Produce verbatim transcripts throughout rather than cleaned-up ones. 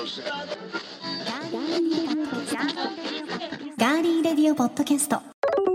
ガーリーレディオポッドキャスト。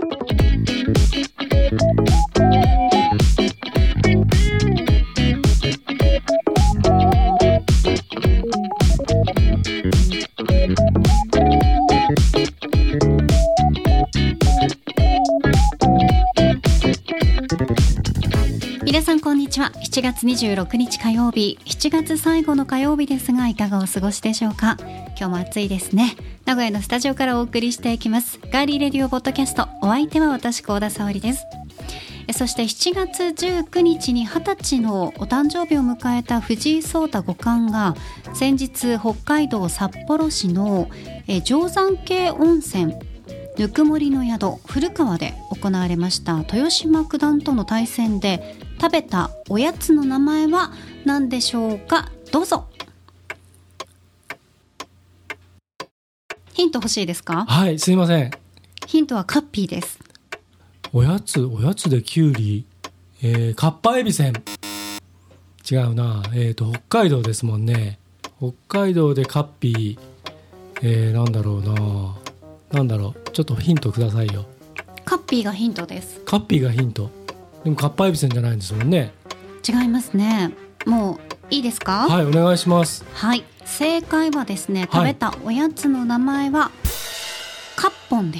皆さんこんにちは。しちがつにじゅうろくにち火曜日、しちがつ最後の火曜日ですが、いかがお過ごしでしょうか。今日も暑いですね。名古屋のスタジオからお送りしていきますガーリーレディオポッドキャスト。お相手は私幸田沙織です。そしてしちがつじゅうくにちにはたちのお誕生日を迎えた藤井聡太五冠が先日北海道札幌市の定山渓温泉ぬくもりの宿古川で行われました豊島九段との対戦で食べたおやつの名前は何でしょうか。どうぞ。ヒント欲しいですか。 はい、すいません。 ヒントはカッピーです。 おやつおやつでキュウリ、えー、カッパエビせん。違うな、えーと北海道ですもんね。北海道でカッピー、えー、なんだろうななんだろうちょっとヒントくださいよ。 カッピーがヒントです。 カッピーがヒント。でもカッパエビせんじゃないんですもんね。 違いますね。もういいですか。 はい、お願いします。 はい、正解はですね、食べたおやつの名前は、はい、カッポンです。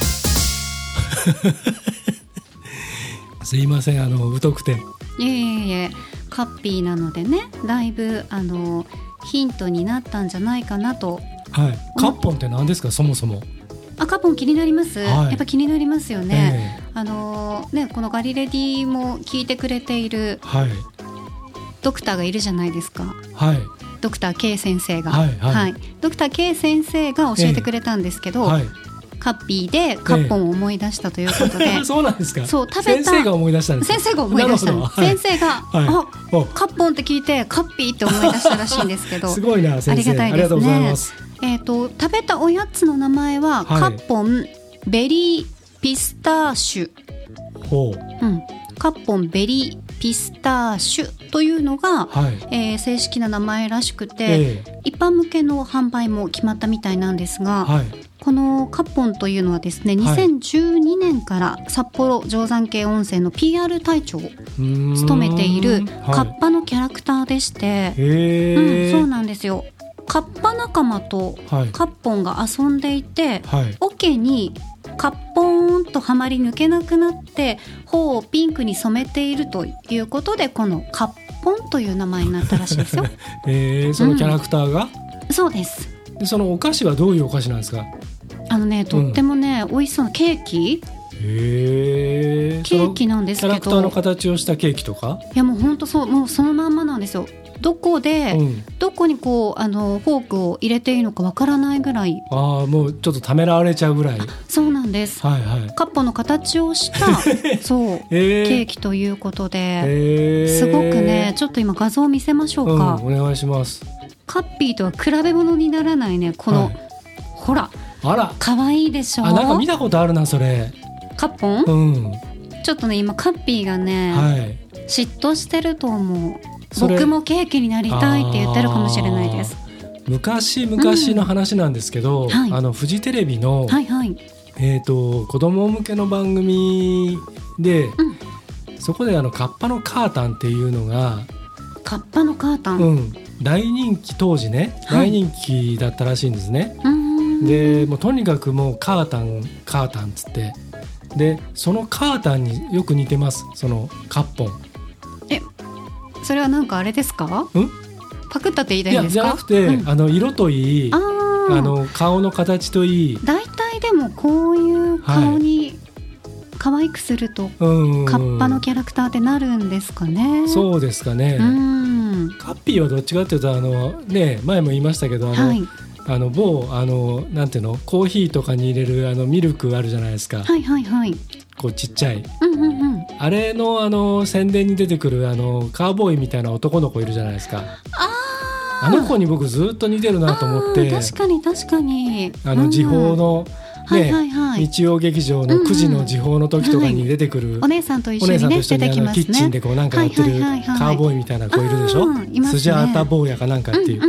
すいません、あの疎くて。 いえいえいえ、カッピーなのでね、だいぶあのヒントになったんじゃないかなと。 はい、カッポンって何ですか、そもそも。 あ、カッポン気になります、 はい、 やっぱ気になりますよね、 えーあのね、このガリレディも聞いてくれているドクターがいるじゃないですか、 はい、 ドクター K 先生が、 はいはいはい、ドクター K 先生が教えてくれたんですけど、 えーはい、 カッピーでカッポンを思い出したということで、えー、 そうなんですか。 そう、食べた先生が思い出したんですか。 先生が思い出したんです、はい、先生が、はい、あ、カッポンって聞いてカッピーって思い出したらしいんですけどすごいな先生、 ありがたいですね。 ありがとうございます。 えーと、食べたおやつの名前は、はい、カッポンベリーピスターシュ。 ほう、 うん、カッポンベリーピスターシュというのが、はい、えー、正式な名前らしくて、えー、一般向けの販売も決まったみたいなんですが、はい、このカッポンというのはですね、にせんじゅうにねんから札幌定山渓温泉の ピーアール 隊長を務めているカッパのキャラクターでして、はい、うん、そうなんですよ。カッパ仲間とカッポンが遊んでいて、はい、桶にカッポーンとはまり抜けなくなって頬をピンクに染めているということで、このカッポンという名前になったらしいですよ。 えー、そのキャラクターが、 うん、そうです。 でそのお菓子はどういうお菓子なんですか。あのね、とってもね、うん、美味しそうなケーキ。 へー、 ケーキなんですけど、 キャラクターの形をしたケーキとか。 いや、もう本当そう、もうそのまんまなんですよ。どこで、うん、どこにこうあのフォークを入れていいのかわからないぐらい。あ、 もうちょっとためらわれちゃうぐらい。 そうなんです、はいはい、カッポの形をしたそう、えー、ケーキということで、えー、すごくね、ちょっと今画像を見せましょうか、 うん、お願いします。 カッピーとは比べ物にならないね、この、はい、ほら、 あら、 かわいいでしょ。 あ、なんか見たことあるなそれ。 カッポン、 うん、 ちょっとね今カッピーがね、はい、嫉妬してると思う。僕もケーキになりたいって言ってるかもしれないです。 昔昔の話なんですけど、うん、はい、あのフジテレビの、はいはい、えーと、子供向けの番組で、うん、そこであのカッパのカータンっていうのが、 カッパのカータン、 うん、大人気、当時ね、はい、大人気だったらしいんですね。でもうとにかくもうカータンカータンつって、でそのカータンによく似てます、そのカッポン。 え、それはなんかあれですか？ん？パクったって言いたいんですか？ いや、じゃなくて、うん、あの色といい、ああの顔の形といい、 だいたいでもこういう顔に可愛くすると、はい、カッパのキャラクターってなるんですかね。 そうですかね。うん、カッピーはどっちかっていうと、あの、ね、前も言いましたけど、あの、はい、あの某あのなんていうの、コーヒーとかに入れるあのミルクあるじゃないですか。 はいはいはい。 こうちっちゃい、 うんうんうん、 あれのあの宣伝に出てくるあのカーボーイみたいな男の子いるじゃないですか。 ああの子に僕ずっと似てるなと思って。 確かに確かに。 あの時報の、 うん、ね、はいはいはい、 日曜劇場のくじの時報の時とかに出てくる、うんうん、はい、 お姉さんと一緒に、ね、出てきますね。 キッチンでこうなんかやってるカーボーイみたいな子いるでしょ、はいはいはいはい、スジャータ坊やかなんかっていう、うんうんうん、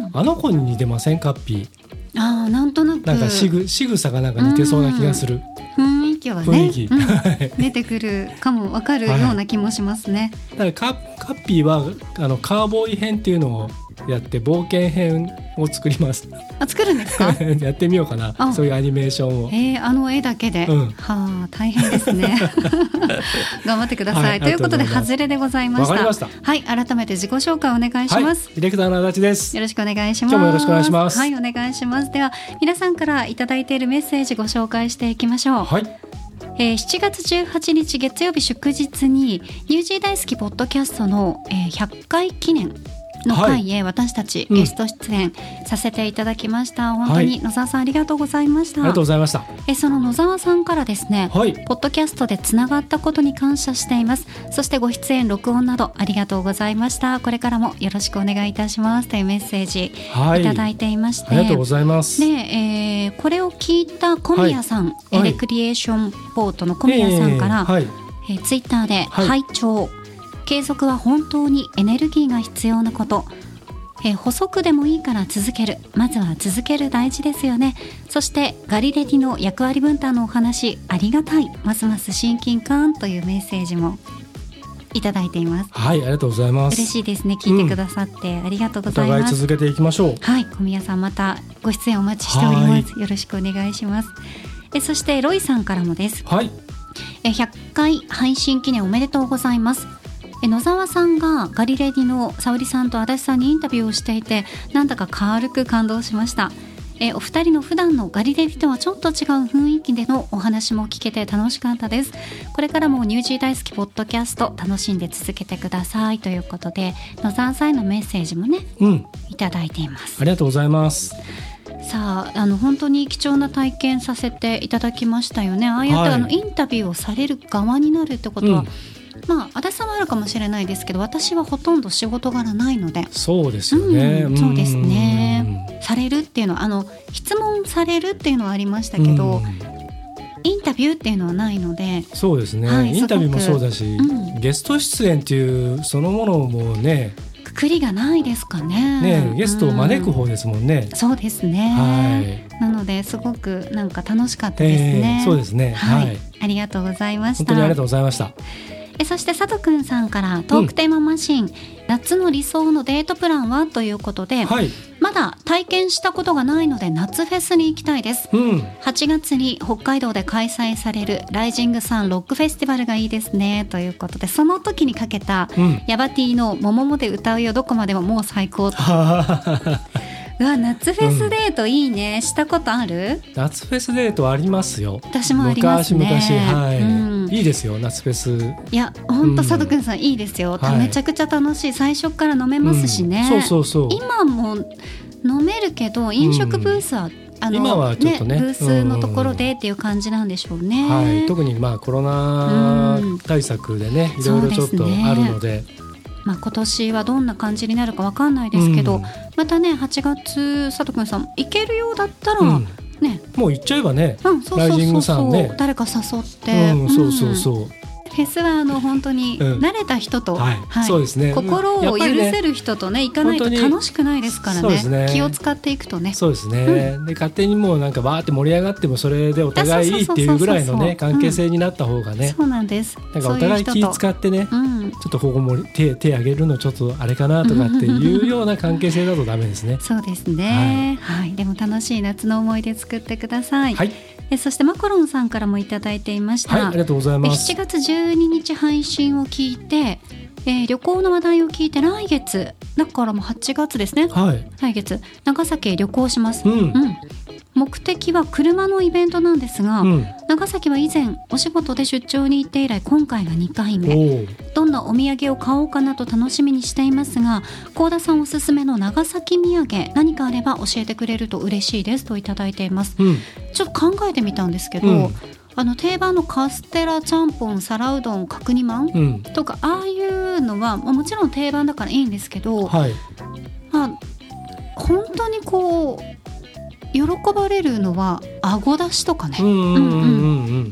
あの子に似てませんカッピー。 あーなんとなくなんかしぐ仕草がなんか似てそうな気がする。 雰囲気はね雰囲気、 うん、出てくるかも分かるような気もしますね、 はい、だからカ、カッピーはあのカーボーイ編っていうのをやって冒険編を作ります。 あ作るんですかやってみようかな。そういうアニメーションを、 えー、あの絵だけで、うん、はあ大変ですね頑張ってください、はい、ということで外れでございました。 わかりました。 はい、改めて自己紹介お願いします、 はい、ディレクターの足立です。よろしくお願いします。 今日もよろしくお願いします。 はい、お願いします。では皆さんからいただいているメッセージご紹介していきましょう。 はい、 えー、しちがつじゅうはちにち月曜日祝日にニュージー大好きポッドキャストの、えー、ひゃっかい記念の回へ私たちゲスト出演させていただきました、うん、本当に野沢さんありがとうございました。 ありがとうございました。 えその野沢さんからですね、はい、ポッドキャストでつながったことに感謝しています。そしてご出演録音などありがとうございました。これからもよろしくお願いいたしますというメッセージいただいていまして、はい、 ありがとうございます。 で、えー、これを聞いた小宮さん、はい、レクリエーションポートの小宮さんから、えーはいえー、ツイッターで、はい、拝聴、継続は本当にエネルギーが必要なこと、えー、補足でもいいから続ける、まずは続ける大事ですよね。そしてガリレディの役割分担のお話ありがたい、ますます親近感というメッセージもいただいています。 はい、ありがとうございます。 嬉しいですね、聞いてくださって、うん、ありがとうございます。 お互い続けていきましょう。 はい、小宮さんまたご出演お待ちしております。よろしくお願いします。えそしてロイさんからもです。 はい、 えひゃっかい配信記念おめでとうございます。え野沢さんがガリレディの沙織さんと足立さんにインタビューをしていて、なんだか軽く感動しました。えお二人の普段のガリレディとはちょっと違う雰囲気でのお話も聞けて楽しかったです。これからもニュージー大好きポッドキャスト楽しんで続けてくださいということで、野沢さんへのメッセージもね、うん、いただいています。 ありがとうございます。 さあ、あの本当に貴重な体験させていただきましたよね。ああやって、はい、あのインタビューをされる側になるってことは、うん、まあ、足立さんはあるかもしれないですけど、私はほとんど仕事柄ないので。 そうですよね、 うん、そうですね。されるっていうのはあの質問されるっていうのはありましたけど、インタビューっていうのはないので。 そうですね、はい、インタビューもそうだし、うん、ゲスト出演っていうそのものもね、 くくりがないですか ね, ねゲストを招く方ですもんね、 うん、そうですね、はい、なのですごくなんか楽しかったですね、 えー、そうですね、 はいはい、ありがとうございました。 本当にありがとうございました。 えそして佐藤くんさんからトークテーママシン、うん、夏の理想のデートプランはということで、はい、まだ体験したことがないので夏フェスに行きたいです、うん、はちがつに北海道で開催されるライジングサンロックフェスティバルがいいですねということで、その時にかけた、うん、ヤバティのもももで歌うよどこまでももう最高とうわ夏フェスデートいいね、うん、したことある？ 夏フェスデートありますよ。 私もありますね。 昔々、はい、うん、いいですよ夏フェス。 いや本当、うん、佐藤くんさんいいですよ、はい、めちゃくちゃ楽しい。最初から飲めますしね、 うん、そうそうそう。 今も飲めるけど飲食ブースは、うん、あの今はちょっとね、 ね、ブースのところでっていう感じなんでしょうね、 うんはい、特にまあコロナ対策でね、うん、いろいろちょっとあるので、 まあ、今年はどんな感じになるか分かんないですけど、うん、またねはちがつ佐藤くんさん行けるようだったら、うんね、 もう行っちゃえばね、 うん、そうそうそうそう、ライジングさんね、誰か誘って、 うん、そうそうそう、うん、 フェスはあの本当に慣れた人と、うんはいはい、そうですね、心を許せる人とね、行かないと楽しくないですから ね, ね気を使っていくとね。 そうですね、うん、で勝手にもうなんかバーって盛り上がってもそれでお互いいいっていうぐらいのね関係性になった方がね、 うん、そうなんです。 なんかお互い気使ってね、うん、ちょっとここも 手, 手上げるのちょっとあれかなとかっていうような関係性だとダメですねそうですね、はいはい、でも楽しい夏の思い出作ってください。はい、えそしてマカロンさんからもいただいていました。 はい、ありがとうございます。 しちがつじゅうににち配信を聞いて、えー、旅行の話題を聞いて来月だからもうはちがつですね、はい、来月長崎へ旅行します、うんうん、目的は車のイベントなんですが、うん、長崎は以前お仕事で出張に行って以来今回がにかいめ。どんなお土産を買おうかなと楽しみにしていますが、高田さんおすすめの長崎土産何かあれば教えてくれると嬉しいですといただいています、うん、ちょっと考えてみたんですけど、うん、あの定番のカステラ、ちゃんぽん、皿うどん、角煮まん、うん、とかああいうのはもちろん定番だからいいんですけど、はい、まあ、本当にこう喜ばれるのはあごだしとかね、うんうんうんうん、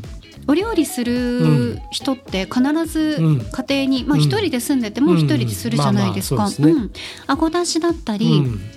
お料理する人って必ず家庭に、うん、まあ、一人で住んでても一人でするじゃないですか。あごだしだったり、うん、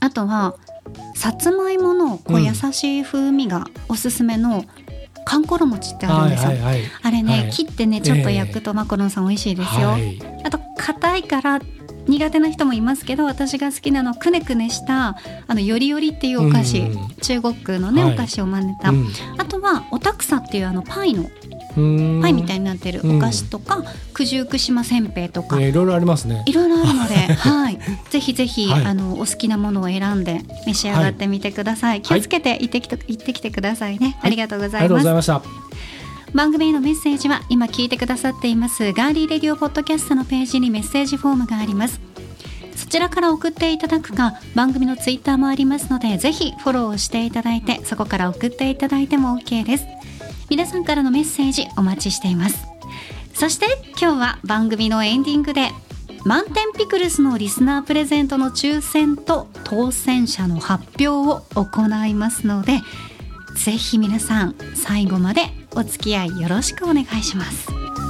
あとはさつまいものこう優しい風味がおすすめのかんころ餅ってあるんですよ、 はいはいはい、 あれね、 はい、 切ってねちょっと焼くと、えー、マコロンさん美味しいですよ、はい、あと硬いから苦手な人もいますけど、私が好きなのくねくねしたあのよりよりっていうお菓子、うん、中国のね、はい、お菓子を真似た、うん、あとはおたくさっていうあのパイのパイみたいになってるお菓子とか、うん、九十九島せんべいとか、 ね、いろいろありますね。 いろいろあるので、はい、ぜひぜひ、はい、あのお好きなものを選んで召し上がってみてください、はい、気をつけて行ってきて、行ってきてくださいね、はい、ありがとうございます。 ありがとうございました。 番組へのメッセージは今聞いてくださっていますガーリーレディオポッドキャストのページにメッセージフォームがあります。そちらから送っていただくか、番組のツイッターもありますので、ぜひフォローしていただいて、そこから送っていただいても OK です。皆さんからのメッセージお待ちしています。そして今日は番組のエンディングで満点ピクルスのリスナープレゼントの抽選と当選者の発表を行いますので、ぜひ皆さん最後までお付き合いよろしくお願いします。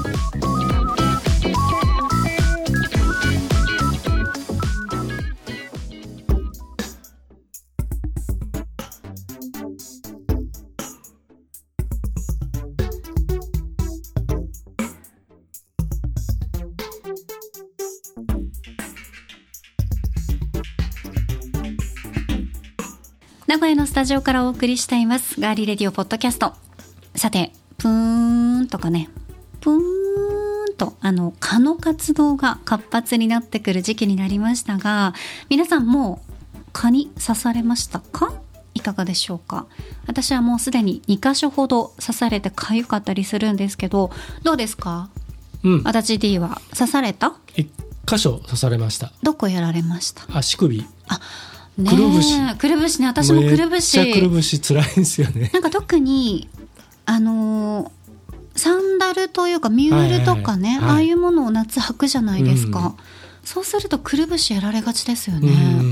名古屋のスタジオからお送りしていますガーリーレディオポッドキャスト。さて、プーンとかね、プーンとあの蚊の活動が活発になってくる時期になりましたが、皆さんもう蚊に刺されましたか？いかがでしょうか？私はもうすでににかしょほど刺されてかゆかったりするんですけど、どうですか？うん、足立 D は刺された？いっかしょ刺されました。どこやられました？足首。あ、ね、くるぶし、くるぶしね、私もくるぶし、めっちゃくるぶし辛いんですよね。なんか特にあのー、サンダルというかミュールとかね、はいはいはい、ああいうものを夏履くじゃないですか、うん、そうするとくるぶしやられがちですよね。うん、うん、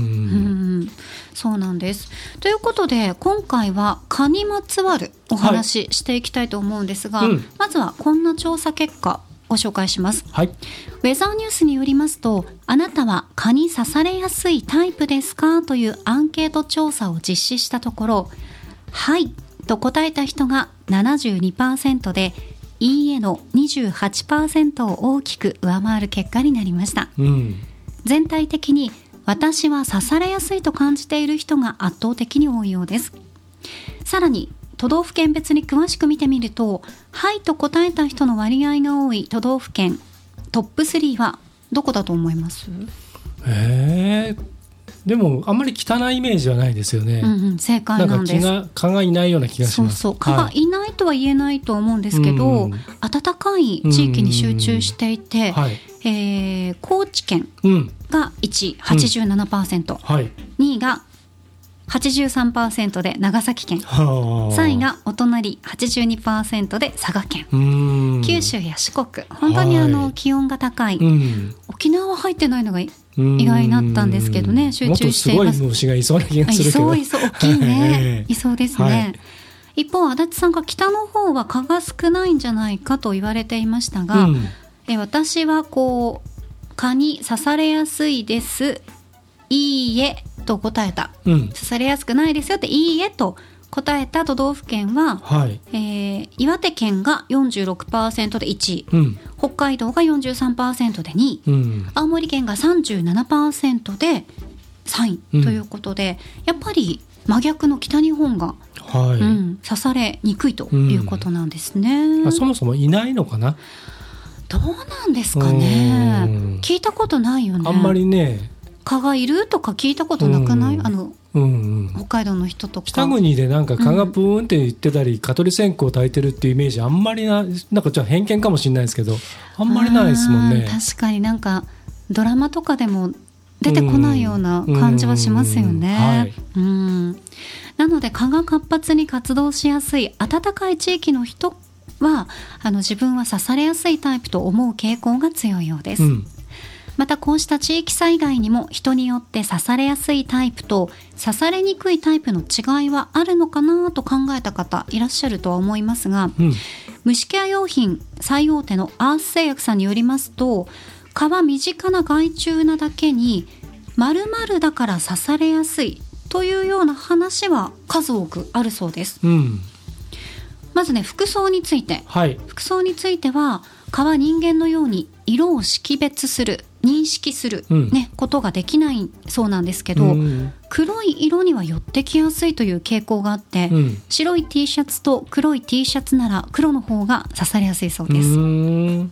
そうなんです。ということで今回は蚊にまつわるお話していきたいと思うんですが、はい、うん、まずはこんな調査結果ご紹介します、はい、ウェザーニュースによりますと、あなたは蚊に刺されやすいタイプですかというアンケート調査を実施したところ、はいと答えた人が ななじゅうにパーセント で、いいえの にじゅうはちパーセント を大きく上回る結果になりました、うん、全体的に私は刺されやすいと感じている人が圧倒的に多いようです。さらに都道府県別に詳しく見てみると、はいと答えた人の割合が多い都道府県トップスリーはどこだと思います？ えー、でもあんまり汚いイメージはないですよね、うんうん、正解なんです。なんか蚊がいないような気がします。そうそう、蚊がいないとは言えないと思うんですけど、はい、暖かい地域に集中していて、はい、えー、高知県がいちい はちじゅうななパーセント、うん、はい、にいがはちじゅうさんパーセントで長崎県、さんいがお隣 はちじゅうにパーセント で佐賀県、九州や四国、本当にあの気温が高い、うん、沖縄は入ってないのが意外になったんですけどね、集中しています。もっとすごい虫がいそうな気がするけど、いそういそう、大きいねいそうですね、はい、一方足立さんが北の方は蚊が少ないんじゃないかと言われていましたが、うん、え私はこう蚊に刺されやすいです、いいえと答えた、うん、刺されやすくないですよっていいえと答えた都道府県は、はい、えー、岩手県が よんじゅうろくパーセント でいちい、うん、北海道が よんじゅうさんパーセント でにい、うん、青森県が さんじゅうななパーセント でさんいということで、うん、やっぱり真逆の北日本が、はい、うん、刺されにくいということなんですね、うん、そもそもいないのかな、どうなんですかね、聞いたことないよね。あんまりね、蚊がいるとか聞いたことなくない？あの、うんうん、北海道の人とか北国でなんか蚊がプーンって言ってたり、うん、蚊取り線香を焚いてるっていうイメージあんまりな、なんかちょっと偏見かもしれないですけど、あんまりないですもんね。確かになんかドラマとかでも出てこないような感じはしますよね、うんうん、はい、うん、なので蚊が活発に活動しやすい暖かい地域の人はあの自分は刺されやすいタイプと思う傾向が強いようです、うん、またこうした地域差以外にも人によって刺されやすいタイプと刺されにくいタイプの違いはあるのかなと考えた方いらっしゃるとは思いますが、うん、虫ケア用品最大手のアース製薬さんによりますと、蚊は身近な害虫なだけに 〇〇だから刺されやすいというような話は数多くあるそうです、 うん、 まずね服装について、 はい、 服装については蚊は人間のように色を識別する認識する、 うんね、ことができないそうなんですけど、 うん、黒い色には寄ってきやすいという傾向があって、うん、白い T シャツと黒い T シャツなら黒の方が刺されやすいそうです。 うん、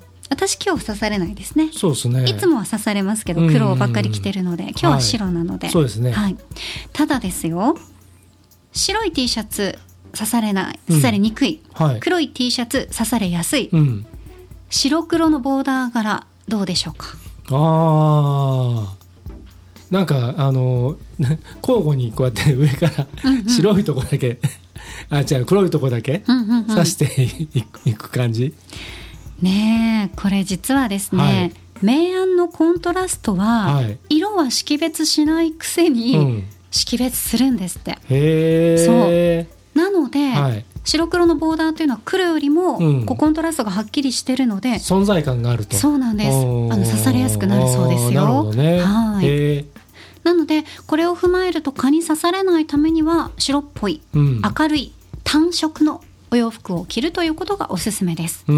私今日刺されないですね。 そうですね。 いつもは刺されますけど黒ばっかり着てるので、今日は白なので、 はい、そうですね、 はい、ただですよ、白い T シャツ刺されない、刺されにくい、 うん、はい、 黒い T シャツ刺されやすい、 うん、 白黒のボーダー柄どうでしょうか。 あー、なんかあの交互にこうやって上から白いとこだけ、うんうん、あ、違う、黒いとこだけ刺していく、いく感じね。えこれ実はですね、はい、明暗のコントラストは、はい、色は識別しないくせに識別するんですって、うん、へー。そうなので、はい、白黒のボーダーというのは黒よりも、うん、こうコントラストがはっきりしてるので存在感があると。 そうなんです。あの刺されやすくなるそうですよ。 なるほどね。 はい。なのでこれを踏まえると蚊に刺されないためには白っぽい、うん、明るい単色のお洋服を着るということがおすすめです。うん、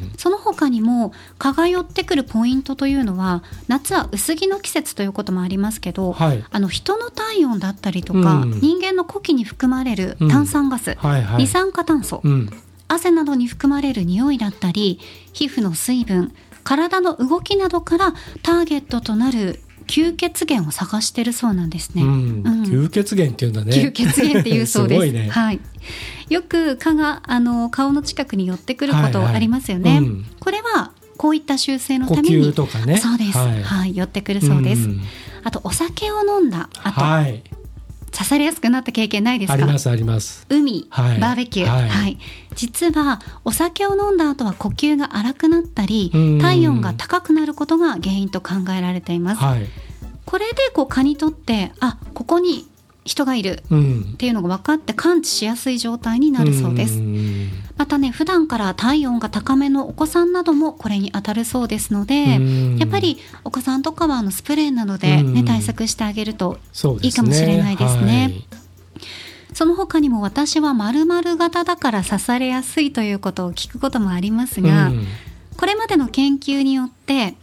その他にも蚊が寄ってくるポイントというのは、夏は薄着の季節ということもありますけど、はい、あの人の体温だったりとか、うん、人間の呼気に含まれる炭酸ガス、うん、はいはい、二酸化炭素、うん、汗などに含まれる匂いだったり皮膚の水分、体の動きなどからターゲットとなる吸血源を探してるそうなんですね、うんうん、吸血源っていうんだね。 吸血源っていうそうです。すごいね。はい、よく蚊があの顔の近くに寄ってくることありますよね、はいはい、うん、これはこういった習性のために呼吸とかね。 そうです、はいはい、寄ってくるそうです、うん、あとお酒を飲んだ後、はい、刺されやすくなった経験ないですか。 ありますあります。 海、はい、バーベキュー、 はいはい、実はお酒を飲んだ後は呼吸が荒くなったり体温が高くなることが原因と考えられています、はい、これでこう蚊にとってあここに人がいるっていうのが分かって感知しやすい状態になるそうです。またね、普段から体温が高めのお子さんなどもこれに当たるそうですので、やっぱりお子さんとかはあのスプレーなどで、ね、対策してあげるといいかもしれないですね。はい、その他にも私は〇〇型だから刺されやすいということを聞くこともありますが、これまでの研究によって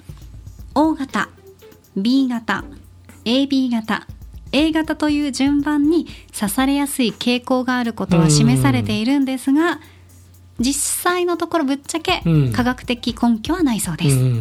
O 型、B 型、エービー 型、A 型という順番に刺されやすい傾向があることは示されているんですが、実際のところぶっちゃけ科学的根拠はないそうです、うんうん、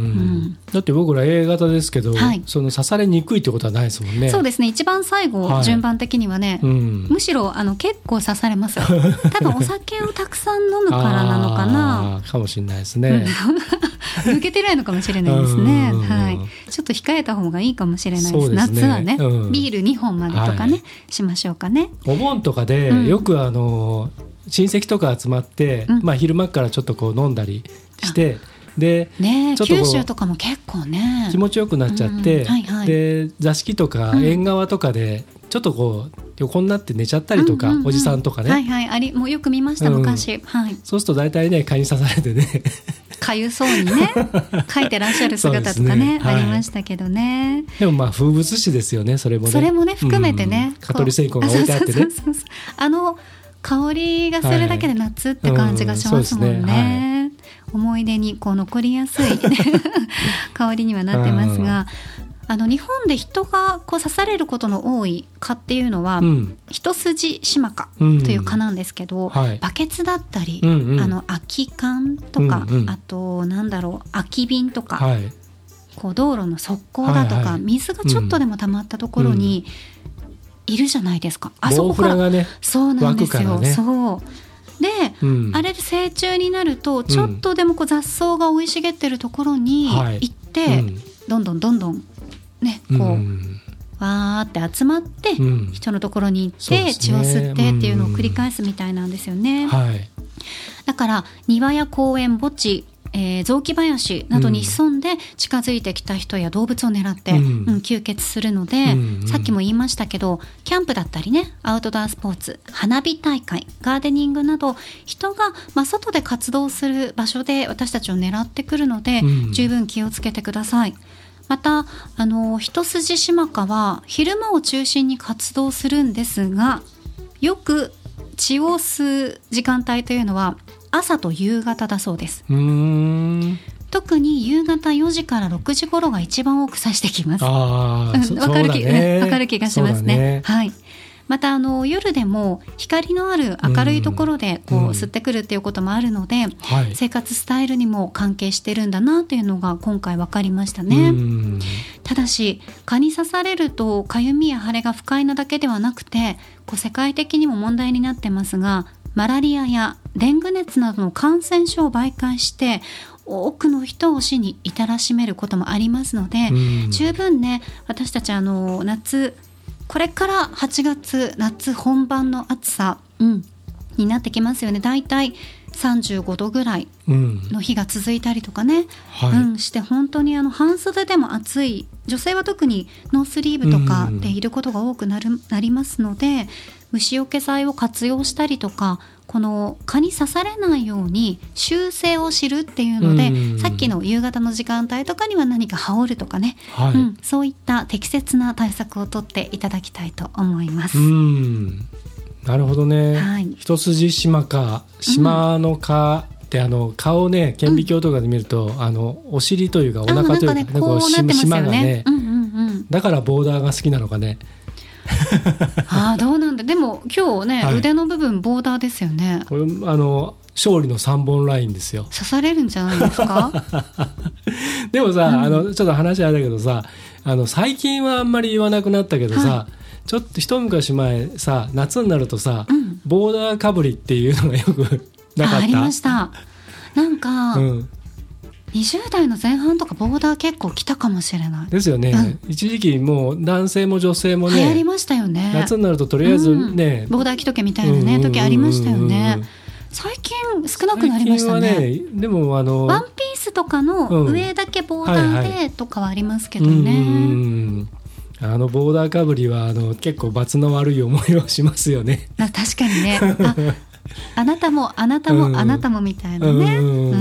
だって僕ら A 型ですけど、はい、その刺されにくいってことはないですもんね。 そうですね、一番最後、はい、順番的にはね、うん、むしろあの結構刺されますよ。多分お酒をたくさん飲むからなのかなかもしれないですね。 抜けてないのかもしれないですね、はい、ちょっと控えた方がいいかもしれないです。そうですね、夏はね、うん、ビールにほんまでとかね、はい、しましょうかね。 お盆とかでよくあの、うん、親戚とか集まって、うん、まあ、昼間からちょっとこう飲んだりしてで、 ね、ちょっと九州とかも結構ね気持ちよくなっちゃって、うん、はいはい、で座敷とか縁側とかでちょっとこう横になって寝ちゃったりとか、うんうんうん、おじさんとかね、 はいはい、ありもうよく見ました昔、うん、はい、 そうすると大体ね蚊に刺されてねかゆそうにね書いてらっしゃる姿とか ね, ね、はい、ありましたけどね。 でもまあ風物詩ですよね、それもね。 それもね含めてね、 うん、蚊取り線香が置いてあってね、そうそうそうそう、 あの香りがするだけで夏って感じがしますもんね、はい、うん、ね、はい、思い出にこう残りやすい香りにはなってますが、あの日本で人がこう刺されることの多い蚊っていうのは、うん、一筋シマカという蚊なんですけど、うん、はい、バケツだったり、うんうん、あの空き缶とか、うんうん、あとなんだろう空き瓶とか、はい、こう道路の側溝だとか、はいはい、水がちょっとでも溜まったところにいるじゃないですか、うん、あそこから、ボウフラがね、そうなんですよ、ね、そうで、うん、あれで成虫になるとちょっとでもこう雑草が生い茂ってるところに行って、はい、うん、どんどんどんどんね、こう、うん、わーって集まって、うん、人のところに行って、ね、血を吸ってっていうのを繰り返すみたいなんですよね、うん、はい、だから庭や公園、墓地、えー、雑木林などに潜んで近づいてきた人や動物を狙って、うんうん、吸血するので、うんうん、さっきも言いましたけどキャンプだったりね、アウトドアスポーツ、花火大会、ガーデニングなど人が、まあ、外で活動する場所で私たちを狙ってくるので、うん、十分気をつけてください。 またあの一筋島香は昼間を中心に活動するんですが、よく血を吸う時間帯というのは朝と夕方だそうです。 うーん、 特に夕方よじからろくじ頃が一番多く指してきます。 あ、うん、 わかる気、 ね、 わかる気がしますね。 ね、 はい。またあの夜でも光のある明るいところでこう、うん、吸ってくるっていうこともあるので、はい、生活スタイルにも関係してるんだなというのが今回分かりましたね。うん、ただし蚊に刺されるとかゆみや腫れが不快なだけではなくて、こう世界的にも問題になってますが、マラリアやデング熱などの感染症を媒介して多くの人を死に至らしめることもありますので、うん、十分ね、私たちあの夏これからはちがつ夏本番の暑さ、うん、になってきますよね。だいたいさんじゅうごどぐらいの日が続いたりとかね、うんうん、して本当にあの半袖でも暑い、女性は特にノースリーブとかでいることが多くなる、なりますので、虫除け剤を活用したりとか、この蚊に刺されないように習性を知るっていうので、うん、さっきの夕方の時間帯とかには何か羽織るとかね、はい、うん、そういった適切な対策をとっていただきたいと思います。 うん、なるほどね、はい、一筋島香、島の蚊って、うん、あの顔ね、顕微鏡とかで見ると、うん、あのお尻というかお腹というか、ね、 こうなってますよね、うんうんうん、 だからボーダーが好きなのかね。 ああ、どうなんだ。でも今日ね、はい、腕の部分ボーダーですよね。 これあの勝利のさんぼんラインですよ。 刺されるんじゃないですか。 でもさ、うん、あのちょっと話あれだけどさ、あの最近はあんまり言わなくなったけどさ、はい、ちょっと一昔前さ、夏になるとさ、うん、ボーダーかぶりっていうのがよくなかった？ あ, ありました。なんか、うん、にじゅう代の前半とかボーダー結構来たかもしれないですよね、うん、一時期もう男性も女性もね流行りましたよね。 夏になるととりあえずね、 うん、ボーダー着とけみたいなね、うんうんうんうん、時ありましたよね。最近少なくなりましたね。最近はね、 でもあのワンピースとかの上だけボーダーでとかはありますけどね、うんはいはい、うん、 あのボーダーかぶりはあの結構罰の悪い思いをしますよね。 確かにね。あ、あなたもあなたも、うん、あなたもみたいなね、うんうん、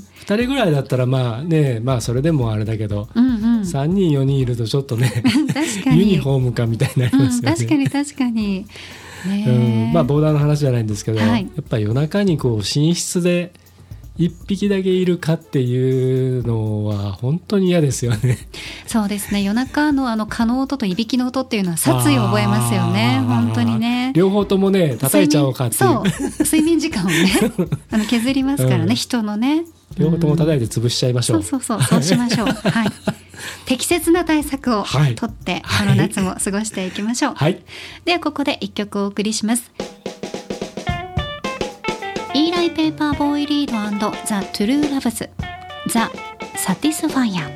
ふたりぐらいだったらまあね、まあそれでもあれだけど、うんうん、さんにんよにんいるとちょっとね確かにユニフォームかみたいになりますよね、 うん、確かに確かに、ね、 うん、まあボーダーの話じゃないんですけど、はい、やっぱり夜中にこう寝室で一匹だけいるかっていうのは本当に嫌ですよね。 そうですね、夜中のあの蚊の音といびきの音っていうのは殺意を覚えますよね。本当にね、 両方ともね叩いちゃおうかっていう、 そう睡眠時間をねあの削りますからね、うん、人のね、 両方とも叩いて潰しちゃいましょう、 うん、そうそうそう、そうしましょう、はい、適切な対策をとって、はい、この夏も過ごしていきましょう、はい、ではここで一曲お送りします。イーライペーパーボーイリード&ザ・トゥルーラブズ、ザ・サティスファイア。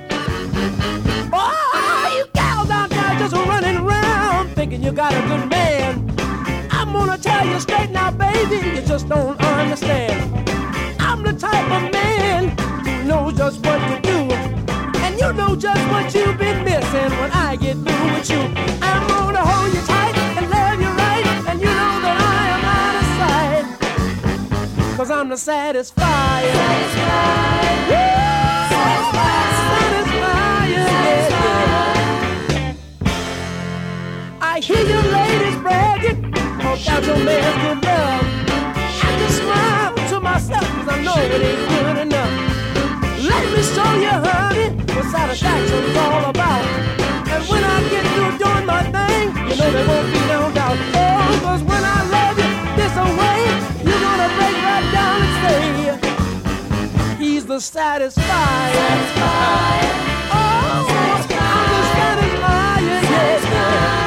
Just running around thinking you got a good man. I'm gonna tell you straight now, baby, you just don't understand. I'm the type of man who knows just what to do, and you know just what you've been missing when I get through with you. I'm gonna hold you tight and love you right, and you know that I am out of sight, 'cause I'm the satisfier. Satisfied. Yeah. Satisfied. Satisfier. Yeah, yeah. I hear you ladies bragging about your man's good love. I just smile to myself 'cause I know it ain't good enough. Let me show you, honey, what satisfaction's all about. And when I get through doing my thing, you know there won't be no doubt. Oh, 'cause when I love you this way, you're gonna break right down and say he's the satisfier. Satisfier. Oh, satisfier. I'm the satisfier. Satisfier.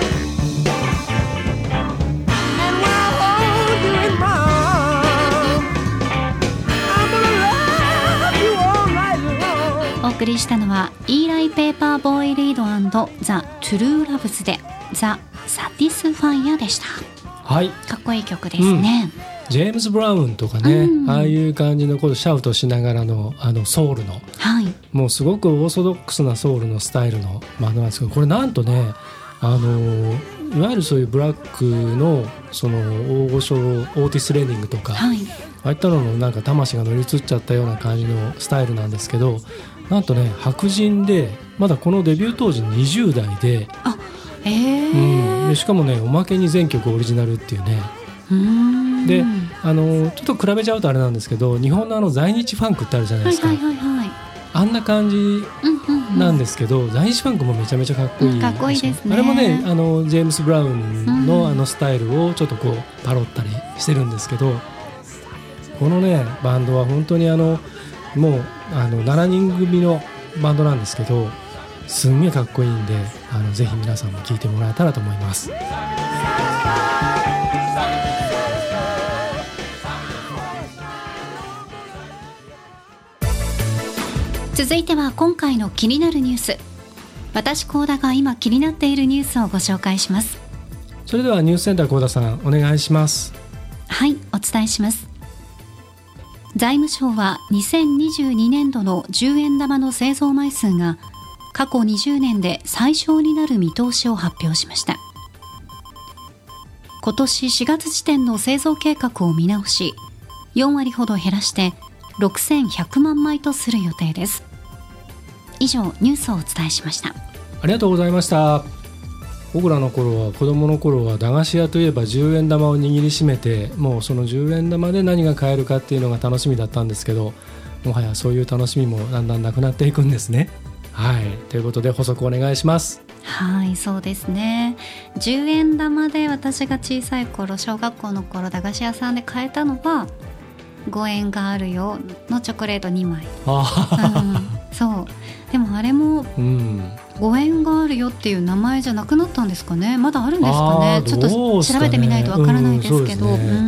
お送りしたのはイーライペーパーボーイリード&ザ・トゥルーラブズでザ・サティスファイアでした。 はい、 かっこいい曲ですね、 うん、ジェームズ・ブラウンとかね、うん、ああいう感じのことシャウトしながらのあのソウルの、はい、もうすごくオーソドックスなソウルのスタイルのものなんですけど、これなんとね、あのいわゆるそういうブラックのその大御所オーティス・レーニングとか、はい、ああいったののなんか魂が乗り移っちゃったような感じのスタイルなんですけど、なんとね白人でまだこのデビュー当時にじゅう代で、 あ、えーうん、でしかもねおまけに全曲オリジナルっていうね。 うーんであのちょっと比べちゃうとあれなんですけど、日本のあの在日ファンクってあるじゃないですか、 はいはいはいはい、 あんな感じうんうんうん、 なんですけど、在日ファンクもめちゃめちゃかっこいい、うん、 かっこいいですね。 あれもねあのジェームス・ブラウンの、 うん、 あのスタイルをちょっとこうパロったりしてるんですけど、このねバンドは本当にあのもうあのしちにん組のバンドなんですけど、すんげえかっこいいんで、あのぜひ皆さんも聴いてもらえたらと思います。 続いては今回の気になるニュース、私高田が今気になっているニュースをご紹介します。 それではニュースセンター高田さんお願いします。 はい、お伝えします。財務省はにせんにじゅうにねんどのじゅうえん玉の製造枚数が過去にじゅうねんで最小になる見通しを発表しました。今年しがつ時点の製造計画を見直し、よんわりほど減らしてろくせんひゃくまんまいとする予定です。以上ニュースをお伝えしました。 ありがとうございました。僕らの頃は子供の頃は駄菓子屋といえばじゅうえん玉を握りしめて、もうそのじゅうえん玉で何が買えるかっていうのが楽しみだったんですけど、もはやそういう楽しみもだんだんなくなっていくんですね。はい、ということで補足お願いします。 はい、そうですね。じゅうえん玉で私が小さい頃、小学校の頃駄菓子屋さんで買えたのはごえんがあるよのチョコレートにまい。あ、うん、そうでもあれもごえんがあるよっていう名前じゃなくなったんですかね。まだあるんですかね。ちょっと調べてみないとわからないですけど、うんね、うん、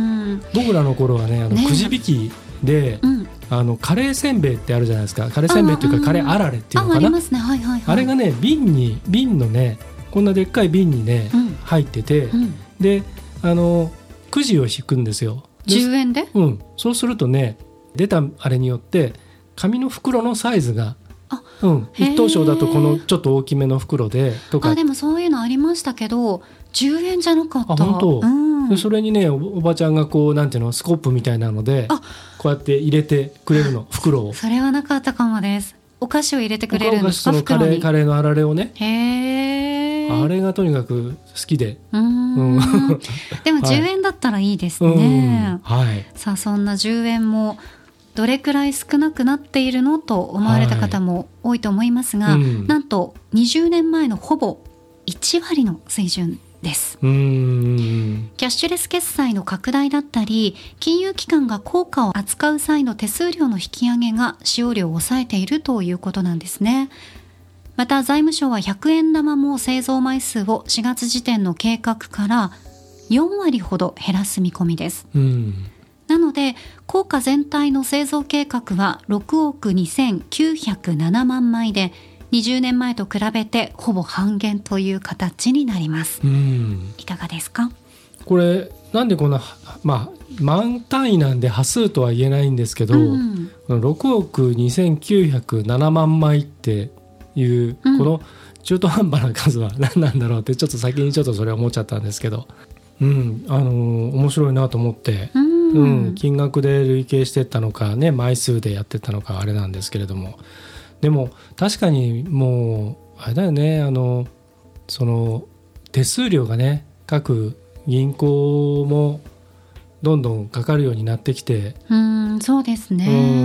僕らの頃はね、あのくじ引きで、うん、あのカレーせんべいってあるじゃないですか。カレーせんべいっていうかカレーあられっていうのかな。 あ, あ, ありますね、はいはいはい、 あれがね瓶に瓶のねこんなでっかい瓶にね、うん、入ってて、うん、であのくじを引くんですよ。 じゅうえんで、 うん、そうするとね出たあれによって紙の袋のサイズが、うん、一等賞だとこのちょっと大きめの袋でとか。 あ、でもそういうのありましたけどじゅうえんじゃなかった。 あ、本当、うん、でそれにね お, おばちゃんがこうなんていうのスコップみたいなのでこうやって入れてくれるの、袋を。 それはなかったかもです。お菓子を入れてくれるんですか。 お菓子、そのカレー、カレーのあられをね。 へー、 あれがとにかく好きで。 うーん、うん、でもじゅうえんだったらいいですね、 はい、はい、 さあそんなじゅうえんもどれくらい少なくなっているのと思われた方も多いと思いますが、はい、うん、なんとにじゅうねんまえのほぼいちわりの水準です。 うーん、 キャッシュレス決済の拡大だったり金融機関が硬貨を扱う際の手数料の引き上げが使用量を抑えているということなんですね。また財務省はひゃくえん玉も製造枚数をしがつ時点の計画からよんわりほど減らす見込みです。 うん、 なので硬貨全体の製造計画はろくおくにせんきゅうひゃくななまんまいでにじゅうねんまえと比べてほぼ半減という形になります。 うん、 いかがですか。 これなんでこんな、まあ、万単位なんで端数とは言えないんですけど、うん、このろくおくにせんきゅうひゃくななまんまいっていう、うん、この中途半端な数は何なんだろうってちょっと先にちょっとそれ思っちゃったんですけど、うん、あのー、面白いなと思って、うんうん、金額で累計していったのかね枚数でやってったのかあれなんですけれども、でも確かにもうあれだよね、あのその手数料がね各銀行もどんどんかかるようになってきて、 うん、そうですね、 うん、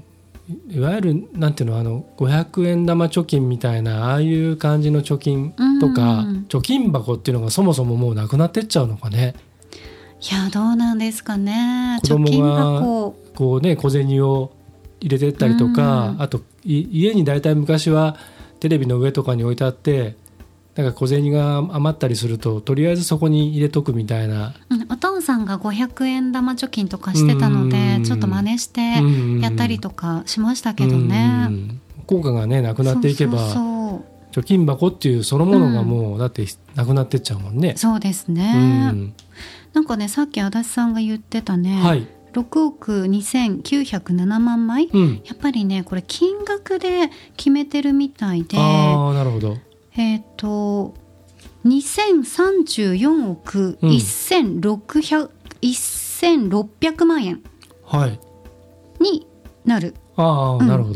いわゆるなんていうの、あのごひゃくえん玉貯金みたいなああいう感じの貯金とか、うん、貯金箱っていうのがそもそももうなくなってっちゃうのかね。 いやどうなんですかね。 子供がこうね小銭を入れてったりとか、うん、あと家にだいたい昔はテレビの上とかに置いてあってなんか小銭が余ったりするととりあえずそこに入れとくみたいな、 うん、お父さんがごひゃくえん玉貯金とかしてたのでちょっと真似してやったりとかしましたけどね。 効果がねなくなっていけば、そうそうそう貯金箱っていうそのものがもう、うん、だってなくなってっちゃうもんね。 そうですね、うん、なんかねさっき足立さんが言ってたね、 はい、 ろくおくにせんきゅうひゃくななまんまい、うん、やっぱりねこれ金額で決めてるみたいで、 ああなるほど、 えっとにせんさんじゅうよんおくせんろっぴゃくまんえんになる、 はい、ああ、うん、なるほど。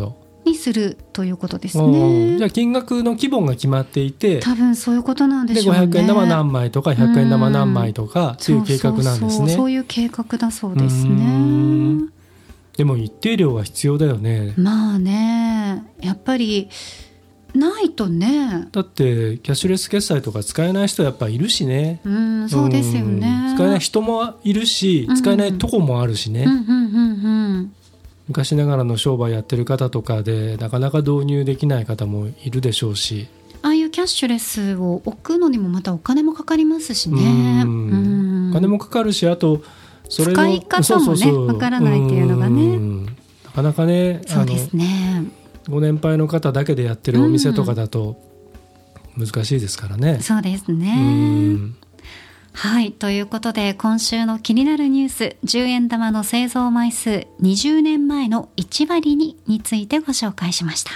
にするということですうんね。 じゃあ金額の規模が決まっていて、 多分そういうことなんででしょうね。 ごひゃくえん玉何枚とかひゃくえん玉何枚とかっていう計画なんですね。 そうそうそう、そういう計画だそうですうね。 んでも一定量は必要だよね。 まあね、やっぱりないとね。 だってキャッシュレス決済とか使えない人やっぱいるしね。 うん、そうですよね。 うん使えない人もいるし、使えないとこもあるしね。 うんうんうんうん、 昔ながらの商売やってる方とかでなかなか導入できない方もいるでしょうし、 ああいうキャッシュレスを置くのにもまたお金もかかりますしね。 うんうんお金もかかるし、あとそれの使い方もねわからないっていうのがね、 うんなかなかね、 そうですね。 あのご年配の方だけでやってるお店とかだと難しいですからね。 そうですうね。 んはい、ということで今週の気になるニュース、じゅうえん玉の製造枚数にじゅうねんまえのいちわりにについてご紹介しました。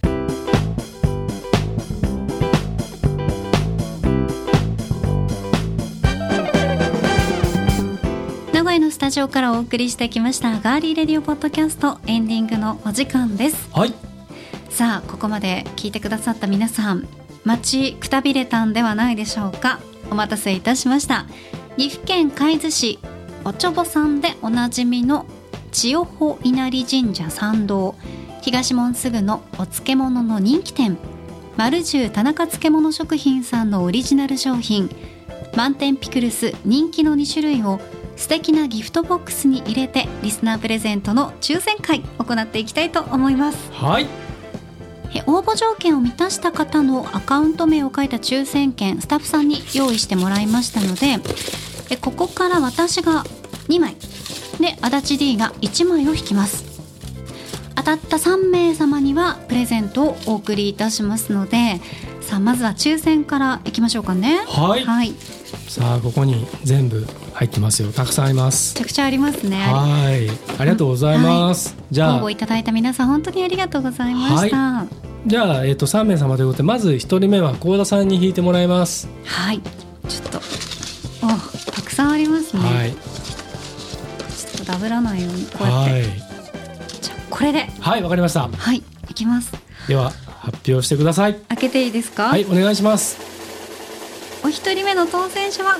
名古屋のスタジオからお送りしてきましたガーリーレディオポッドキャスト、エンディングのお時間です。 はい、 さあここまで聞いてくださった皆さん、待ちくたびれたんではないでしょうか。お待たせいたしました。岐阜県海津市おちょぼさんでおなじみの千代穂稲荷神社参道東門すぐのお漬物の人気店、丸十田中漬物食品さんのオリジナル商品満天ピクルス人気のにしゅるいを素敵なギフトボックスに入れてリスナープレゼントの抽選会行っていきたいと思います。 はい、 え応募条件を満たした方のアカウント名を書いた抽選券、スタッフさんに用意してもらいましたので、えここから私がにまいで足立 D がいちまいを引きます。当たったさんめい様にはプレゼントをお送りいたしますので、さあまずは抽選からいきましょうかね。 はい、 はい、 さあここに全部入ってますよ。たくさんあります。 めちゃくちゃありますね。 はい、ありがとうございます。 はい、 じゃあ応募いただいた皆さん本当にありがとうございました。 はじゃあ、えー、とさんめい様ということで、まずひとりめは幸田さんに引いてもらいます。 はい、ちょっとおたくさんありますね。 はい、 ちょっとダブらないようにこうやって、 はい、 じゃあこれではい、わかりました。 はい、いきます。 では発表してください。 開けていいですか。 はい、お願いします。 お一人目の当選者は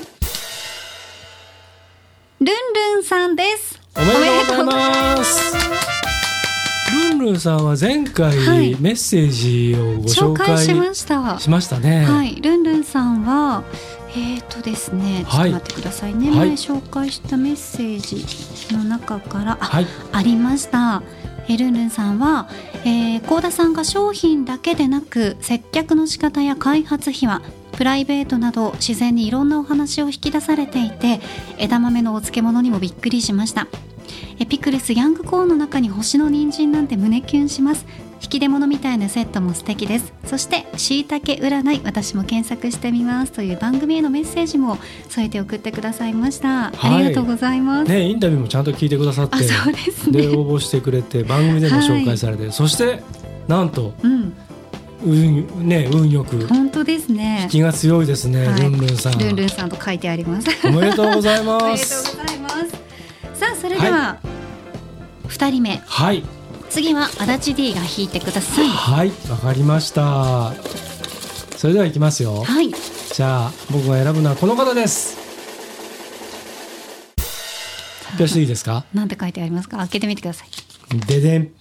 ルンルンさんです。 おめでとうございます。ルンルンさんは前回、 はい、 メッセージをご紹介紹介しましたしましたね。 はい、ルンルンさんはえーとですね、ちょっと待ってくださいね、 はい、 前紹介したメッセージの中からあ、 はい、 ありました。えルンルンさんは、えー、幸田さんが商品だけでなく接客の仕方や開発秘話、プライベートなど自然にいろんなお話を引き出されていて、枝豆のお漬物にもびっくりしました。えピクルスヤングコーンの中に星の人参なんて胸キュンします。引き出物みたいなセットも素敵です。そしてしいたけ占い、私も検索してみますという番組へのメッセージも添えて送ってくださいました。はい、ありがとうございます、 ね、インタビューもちゃんと聞いてくださって、 あ、そうですね、 で応募してくれて番組でも紹介されて、はい、そしてなんと、 うん運, ね、運よく本当ですね、 引きが強いですね、はい、ルンルンさん。 ルンルンさんと書いてあります。 おめでとうございます。 おめでとうございます。さあそれでは、はい、ふたりめ、 はい、 次は足立 D が引いてください。 はい、わかりました。それではいきますよ。 はい、 じゃあ僕が選ぶのはこの方です。発表していいですか。 なんて書いてありますか。開けてみてください。 ででん。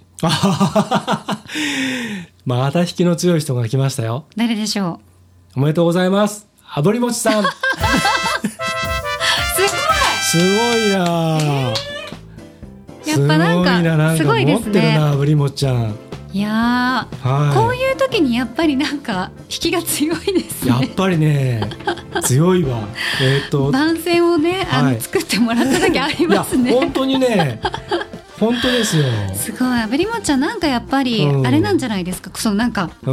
また引きの強い人が来ましたよ。 誰でしょう。おめでとうございます。あぶりもちさん。すごい。 すごいな、 えー、やっぱなんかすごいですね。 持ってるな、あぶりもちゃん。 いやー、はい、こういう時にやっぱりなんか引きが強いですね。 やっぱりね、強いわ。えーと番宣をね、あの、はい、作ってもらった時ありますね。 いや本当にね。本当ですよ。 すごい。あぶりもちゃんなんかやっぱりあれなんじゃないですか、うん、そのなんか、うん、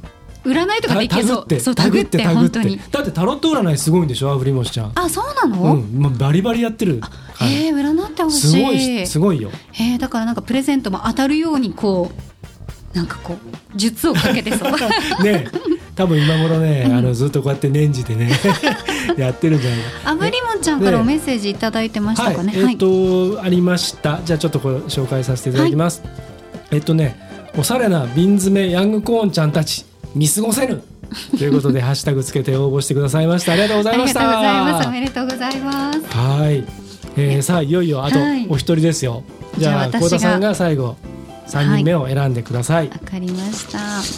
占いとかできそう。そう、タグって本当に。 だってタロット占いすごいんでしょ、あぶりもちちゃん。 あ、そうなの。 うん、もうバリバリやってる。 へえ、占ってほしい。 すごい、すごいよ。 へえ、だからなんかプレゼントも当たるようにこうなんかこう術をかけてそう。 ね、多分今頃ね、うん、あのずっとこうやって念じてねやってるんじゃないか。 あぶりもちゃんからメッセージいただいてましたかね。 はい、えっと、はい、ありました。じゃあちょっとこれ紹介させていただきます。はい、えっとね、 おしゃれな瓶詰めヤングコーンちゃんたち見過ごせぬということでハッシュタグつけて応募してくださいました。ありがとうございました。 ありがとうございます。おめでとうございます。 はい、えー、さあいよいよあとお一人ですよ、はい、じゃあ幸田さんが最後さんにんめを選んでください。 わ、はい、かりました。 はい、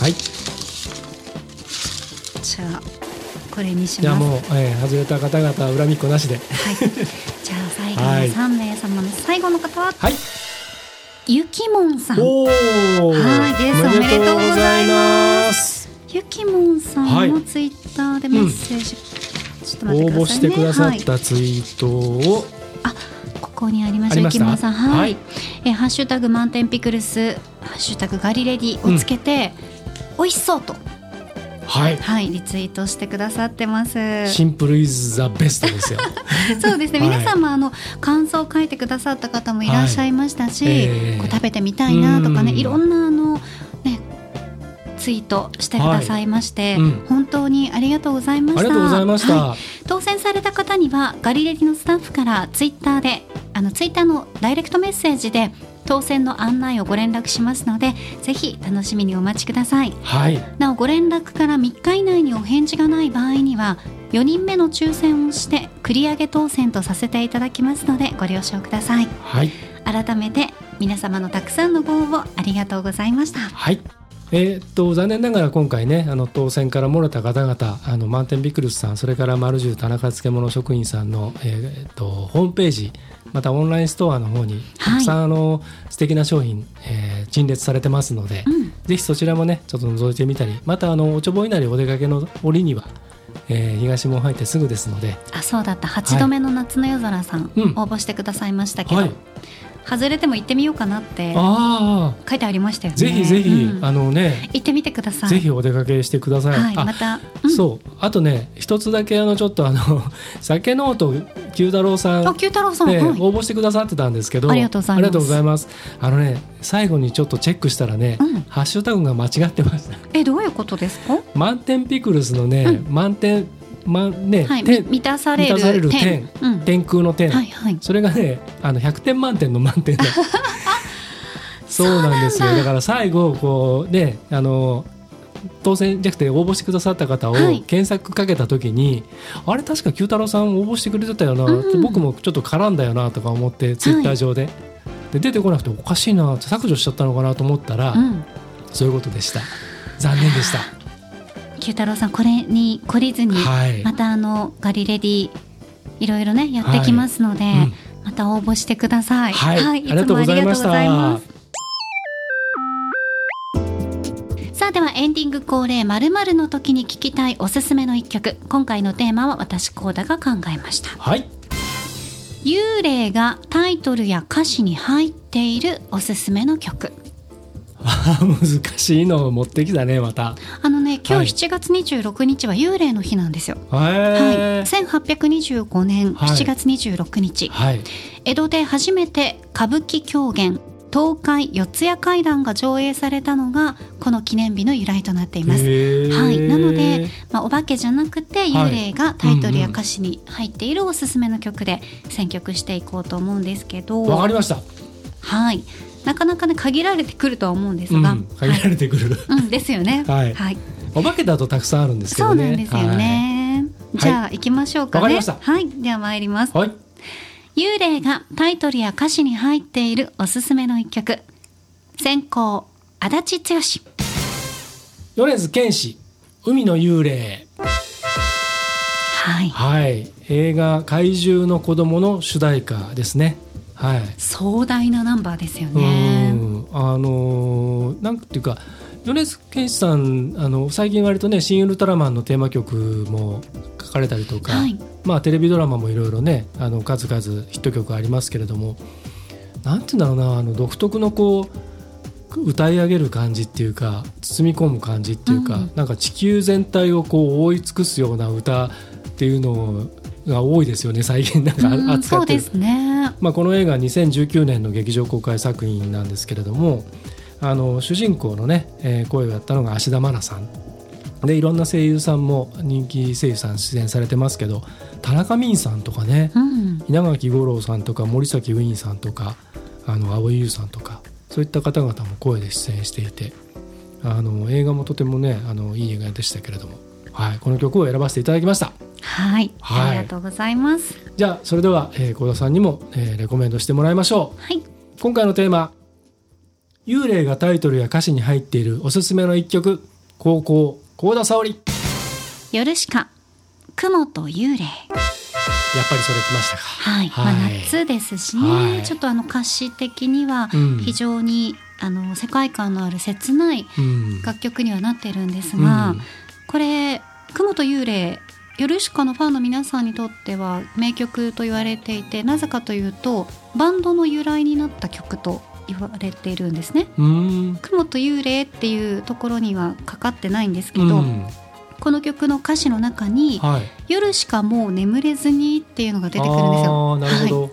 じゃあこれにします。 じゃあもう、えー、外れた方々は恨みっこなしで、はい、 じゃあ最後のさんめい様の最後の方は、 はい、 ゆきもんさん。 おー、 はいです。おめでとうございます。ゆきもんさんのツイッターでメッセージ、うん、ちょっと待ってくださいね。応募してくださったツイートを、はい、あ、ここにありました。ゆきもんさん、はい、はい、えハッシュタグ満点ピクルス、ハッシュタグガリレディをつけて、うん、美味しそうと、はい、はい、リツイートしてくださってます。 シンプルイズザベストですよ。 そうですね、はい、皆さんもあの感想を書いてくださった方もいらっしゃいましたし、はい、えー、こう食べてみたいなとかね、いろんなあの、ね、ツイートしてくださいまして、はい、うん、本当にありがとうございました。 ありがとうございました。 はい、当選された方にはガリレディのスタッフからツイッターであのツイッターのダイレクトメッセージで当選の案内をご連絡しますので、ぜひ楽しみにお待ちください。はい、なおご連絡からみっか以内にお返事がない場合にはよにんめの抽選をして繰り上げ当選とさせていただきますのでご了承ください。はい、改めて皆様のたくさんのご応募ありがとうございました。 はい、えー、っと残念ながら今回ね、あの当選から漏れた方々、あの満点ピクルスさん、それからマルジュ田中漬物職員さんの、えー、っとホームページ、またオンラインストアの方にたくさん、はい、あの素敵な商品、えー、陳列されてますので、うん、ぜひそちらもねちょっと覗いてみたり、またあのおちょぼいなりお出かけの折には、えー、東門入ってすぐですので。 あ、そうだった、はちどめの夏の夜空さん、はい、応募してくださいましたけど、はい、外れても行ってみようかなって書いてありましたよね。 ぜひぜひ、うん、あのね、 行ってみてください。 ぜひお出かけしてください。はい、 また、 うん、そう、あとね一つだけあのちょっとあの酒ノート九太郎さん、 あ、九太郎さん、 ね、 はい、 応募してくださってたんですけど、 ありがとうございます。 ありがとうございます。あのね、最後にちょっとチェックしたらね、うん、ハッシュタグが間違ってました。 え、どういうことですか？ 満点ピクルスのね、うん、満点まね、 はい、満たされる、 満たされる点、うん、天空の点、 はいはい、 それがねあのひゃくてん満点の満点だ。そうなんですよ。だから最後こうね、あの当選じゃなくて応募してくださった方を検索かけた時に、はい、あれ確か九太郎さん応募してくれてたよな、うん、僕もちょっと絡んだよなとか思ってツイッター上で、はい、で出てこなくておかしいなって削除しちゃったのかなと思ったら、うん、そういうことでした。残念でした。 九太郎さん、これに懲りずに、はい、またあのガリレディいろいろねやってきますので、はい、うん、また応募してください。 はい、はい、いつもありがとうございます。 さあ、ではエンディング恒例〇〇の時に聴きたいおすすめの一曲、今回のテーマは私コーダが考えました。 はい、 幽霊がタイトルや歌詞に入っているおすすめの曲。 難しいのを持ってきたね、また。 あのね、今日しちがつにじゅうろくにちは幽霊の日なんですよ。はい、せんはっぴゃくにじゅうごねんしちがつにじゅうろくにち、はい、江戸で初めて歌舞伎狂言東海四谷怪談が上映されたのがこの記念日の由来となっています。はい、なので、まあ、お化けじゃなくて幽霊がタイトルや歌詞に入っているおすすめの曲で選曲していこうと思うんですけど。 わかりました。 はい、なかなかね限られてくるとは思うんですが、うん、 限られてくる、 はい、うん、ですよね。はい、はい、 お化けだとたくさんあるんですけどね。 そうなんですよね。はい、じゃあ行きましょうかね。 わかりました。 はい、では参ります。 はい、 幽霊がタイトルや歌詞に入っているおすすめの一曲、先行足立剛、 米津玄師、海の幽霊。 はい、 はい、映画怪獣の子供の主題歌ですね。はい、 壮大なナンバーですよね。 うん、あのー、なんていうか米津玄師さん、あの最近割とね新ウルトラマンのテーマ曲も書かれたりとか、はい、まあ、テレビドラマもいろいろねあの数々ヒット曲ありますけれども、なんていうんだろうな、あの独特のこう歌い上げる感じっていうか包み込む感じっていうか、うん、なんか地球全体をこう覆い尽くすような歌っていうのが多いですよね最近。なんか扱ってる、うん、そうですね。まあ、この映画はにせんじゅうきゅうねんの劇場公開作品なんですけれども、あの主人公のね、えー、声をやったのが芦田愛菜さんで、いろんな声優さんも人気声優さん出演されてますけど、田中泯さんとかね、うん、稲垣吾郎さんとか森崎ウィンさんとか、あの蒼井優さんとか、 そういった方々も声で出演していて、あの映画もとてもねあのいい映画でしたけれども、はい、この曲を選ばせていただきました。 はい、 はい、 ありがとうございます。 じゃあそれでは幸、えー、田さんにも、えー、レコメンドしてもらいましょう。 はい、 今回のテーマ、幽霊がタイトルや歌詞に入っているおすすめの一曲、高校幸田沙織。 ヨルシカ、雲と幽霊。 やっぱりそれ来ましたか。 はい、 はい、 まあ、夏ですしね、はい、ちょっとあの歌詞的には非常に、うん、あの世界観のある切ない楽曲にはなっているんですが、うん、これ雲と幽霊、ヨルシカのファンの皆さんにとっては名曲と言われていて、なぜかというとバンドの由来になった曲と言われているんですね。 うん、 雲と幽霊っていうところにはかかってないんですけど、うん、この曲の歌詞の中に、はい、夜しかもう眠れずにっていうのが出てくるんですよ。 あ、なるほど。 はい、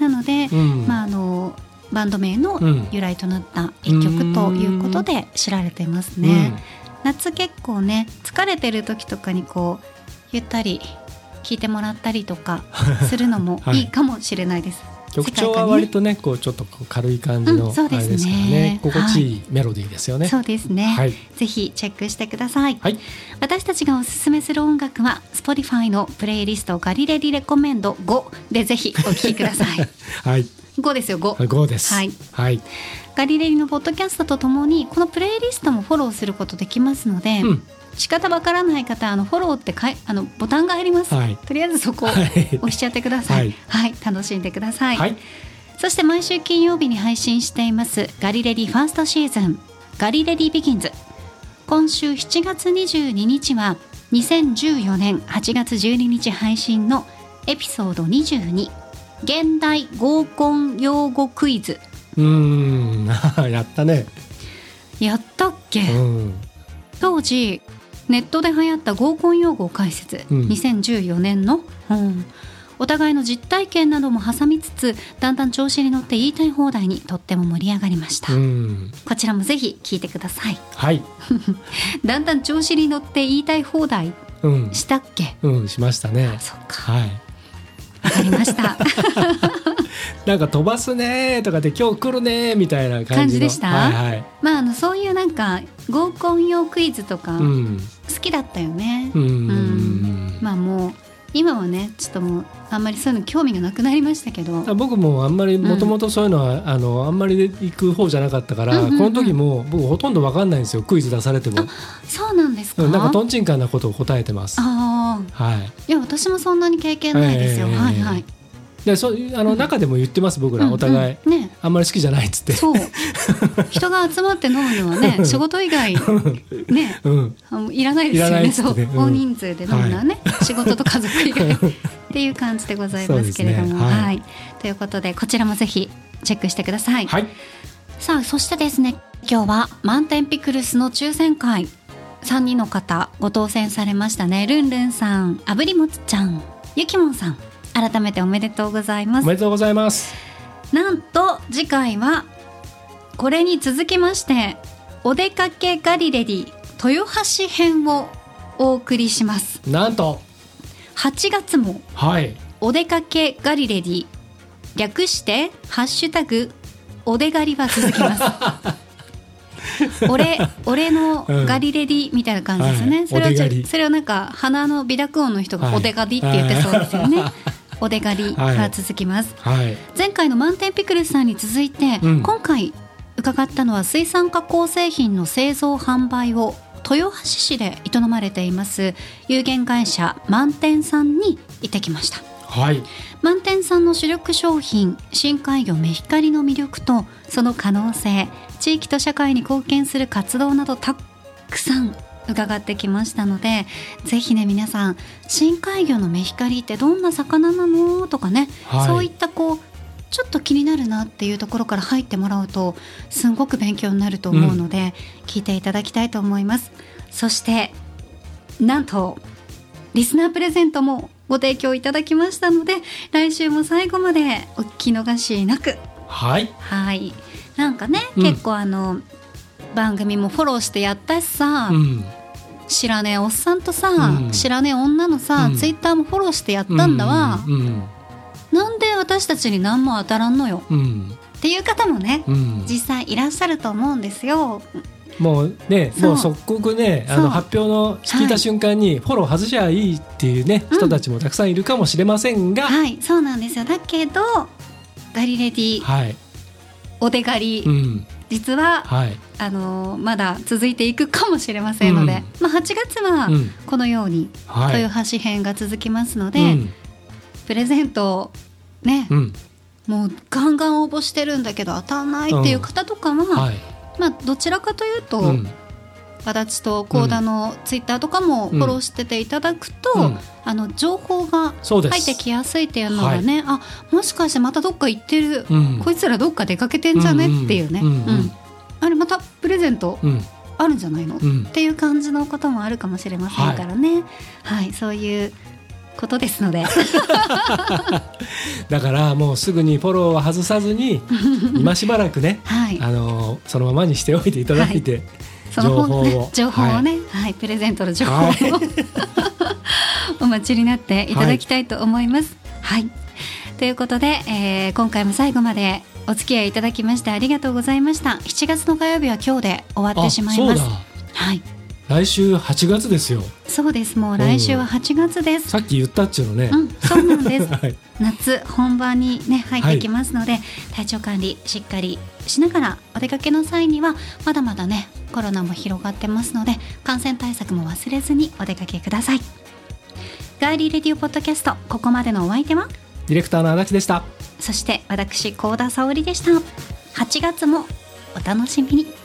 なので、うん、まあ、あのバンド名の由来となった一曲ということで知られてますね。うん、夏結構ね疲れてる時とかにこうゆったり聴いてもらったりとかするのもいいかもしれないです。 はい、曲調は割とねこうちょっとこう軽い感じのあれですからね、うん、心地いいメロディーですよね。 そうですね、はい、ぜひチェックしてください。はい、私たちがおすすめする音楽は Spotify のプレイリストガリレディレコメンドごでぜひお聴きください。はい、ごですよ。 ご, ごです。 はい、 はい、 ガリレディのポッドキャストとともにこのプレイリストもフォローすることできますので、うん、仕方わからない方、あのフォローってかいあのボタンがあります。はい、とりあえずそこを押しちゃってください。はい、はい、楽しんでください。はい、そして毎週金曜日に配信していますガリレディファーストシーズンガリレディビギンズ。今週しちがつにじゅうににちはにせんじゅうよねんはちがつじゅうににち配信のエピソードにじゅうに現代合コン用語クイズ。 うーんやったね。 やったっけ。うん、当時ネットで流行った合コン用語解説、うん、にせんじゅうよねんの、うん、お互いの実体験なども挟みつつだんだん調子に乗って言いたい放題にとっても盛り上がりました。うん、こちらもぜひ聞いてください。 はい、 だんだん調子に乗って言いたい放題したっけ。 うん、うん、しましたね。 あ、そっか、 はい、 わかりました。 なんか飛ばすねとかで今日来るねみたいな感じの感じでした。 はいはい、 まあ、あのそういうなんか合コン用クイズとか好きだったよね。うん、うん、まあもう今はねちょっともうあんまりそういうの興味がなくなりましたけど、 僕もあんまりもともとそういうのは、うん、あのあんまり行く方じゃなかったから、うんうんうん、この時も僕ほとんど分かんないんですよ、クイズ出されても。 そうなんですか。 なんかトンチンカンなことを答えてます。 あ、はい、いや私もそんなに経験ないですよ。えー、はいはい。 でそあの中でも言ってます、僕ら、うん、お互い、うんね、あんまり好きじゃないっつって。そう人が集まって飲むのはね仕事以外ね、うん、いらないですよね。そう、うん、大人数で飲むのはね、はい、仕事と家族以外っていう感じでございますけれども、ね、はいはい、ということでこちらもぜひチェックしてください。はい、さあそしてですね、今日は満点ピクルスの抽選会さんにんの方ご当選されましたね。ルンルンさん、あぶりもつちゃん、ゆきもんさん、改めておめでとうございます。 おめでとうございます。 なんと次回はこれに続きましてお出かけガリレディ豊橋編をお送りします。 なんとはちがつもお出かけガリレディ、略してハッシュタグお出ガリは続きます俺, 俺のガリレディみたいな感じですよね。うん、はい、それはそれはなんか鼻の微濁音の人がお出ガリって言ってそうですよね。はい、お出ガリが続きます。はいはい、前回の満点ピクルスさんに続いて、うん、今回伺ったのは水産加工製品の製造販売を豊橋市で営まれています有限会社満点さんに行ってきました。はい、満点さんの主力商品深海魚メヒカリの魅力とその可能性、地域と社会に貢献する活動などたくさん伺ってきましたので、ぜひね皆さん深海魚のメヒカリってどんな魚なのとかね、はい、そういったこうちょっと気になるなっていうところから入ってもらうとすごく勉強になると思うので、うん、聞いていただきたいと思います。そしてなんとリスナープレゼントもご提供いただきましたので、来週も最後までお聞き逃しなく。はい、はい、なんかね、うん、結構あの番組もフォローしてやったしさ、うん、知らねえおっさんとさ、うん、知らねえ女のさ、うん、ツイッターもフォローしてやったんだわ、うんうんうん、なんで私たちに何も当たらんのよ、うん、 っていう方もね、 うん、 実際いらっしゃると思うんですよ。 もうね、もう即刻ね、あの発表の聞いた瞬間にフォロー外しゃいいっていうね、はい、人たちもたくさんいるかもしれませんが、 うん、はいそうなんですよ。だけどガリレディ、はい、お出ガリ、うん、実は、はい、あのまだ続いていくかもしれませんので、うんまあ、はちがつはこのように、うん、豊橋編が続きますので、はい、プレゼントね、うん、もうガンガン応募してるんだけど当たらないっていう方とかは、うんはいまあ、どちらかというと、うん、足立と幸田のツイッターとかもフォローしてていただくと、うん、あの情報が入ってきやすいっていうのがね、はい、あもしかしてまたどっか行ってる、うん、こいつらどっか出かけてんじゃね、うん、っていうね、うんうん、あれまたプレゼントあるんじゃないの、うん、っていう感じのこともあるかもしれませんからね、はいはい、そういうことですのでだからもうすぐにフォローは外さずに今しばらくね、はい、あのそのままにしておいていただいて、はい、情報を、ね、 情報をね、はいはい、プレゼントの情報を、はい、お待ちになっていただきたいと思います、はいはい、ということで、えー、今回も最後までお付き合いいただきましてありがとうございました。しちがつの火曜日は今日で終わってしまいます。はい、来週はちがつですよ。そうです、もう来週ははちがつです、うん、 さっき言ったっちゅうのね、 うん、そうなんです、はい、夏本番に、ね、入ってきますので、はい、体調管理しっかりしながらお出かけの際にはまだまだねコロナも広がってますので感染対策も忘れずにお出かけください。ガーリーレディオポッドキャスト、ここまでのお相手はディレクターの足立でした。 そして私幸田沙織でした。はちがつもお楽しみに。